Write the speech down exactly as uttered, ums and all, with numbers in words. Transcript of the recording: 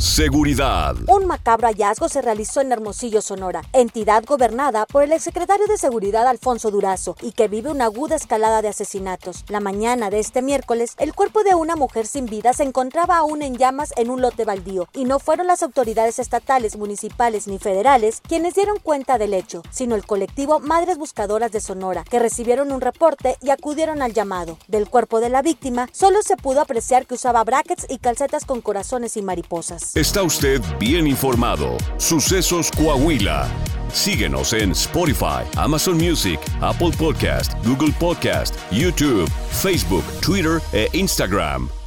Seguridad. Un macabro hallazgo se realizó en Hermosillo, Sonora, entidad gobernada por el exsecretario de Seguridad Alfonso Durazo y que vive una aguda escalada de asesinatos. La mañana de este miércoles, el cuerpo de una mujer sin vida se encontraba aún en llamas en un lote baldío y no fueron las autoridades estatales, municipales ni federales quienes dieron cuenta del hecho, sino el colectivo Madres Buscadoras de Sonora, que recibieron un reporte y acudieron al llamado. Del cuerpo de la víctima, solo se pudo apreciar que usaba brackets y calcetas con corazones y mariposas. Está usted bien informado. Sucesos Coahuila. Síguenos en Spotify, Amazon Music, Apple Podcast, Google Podcast, YouTube, Facebook, Twitter e Instagram.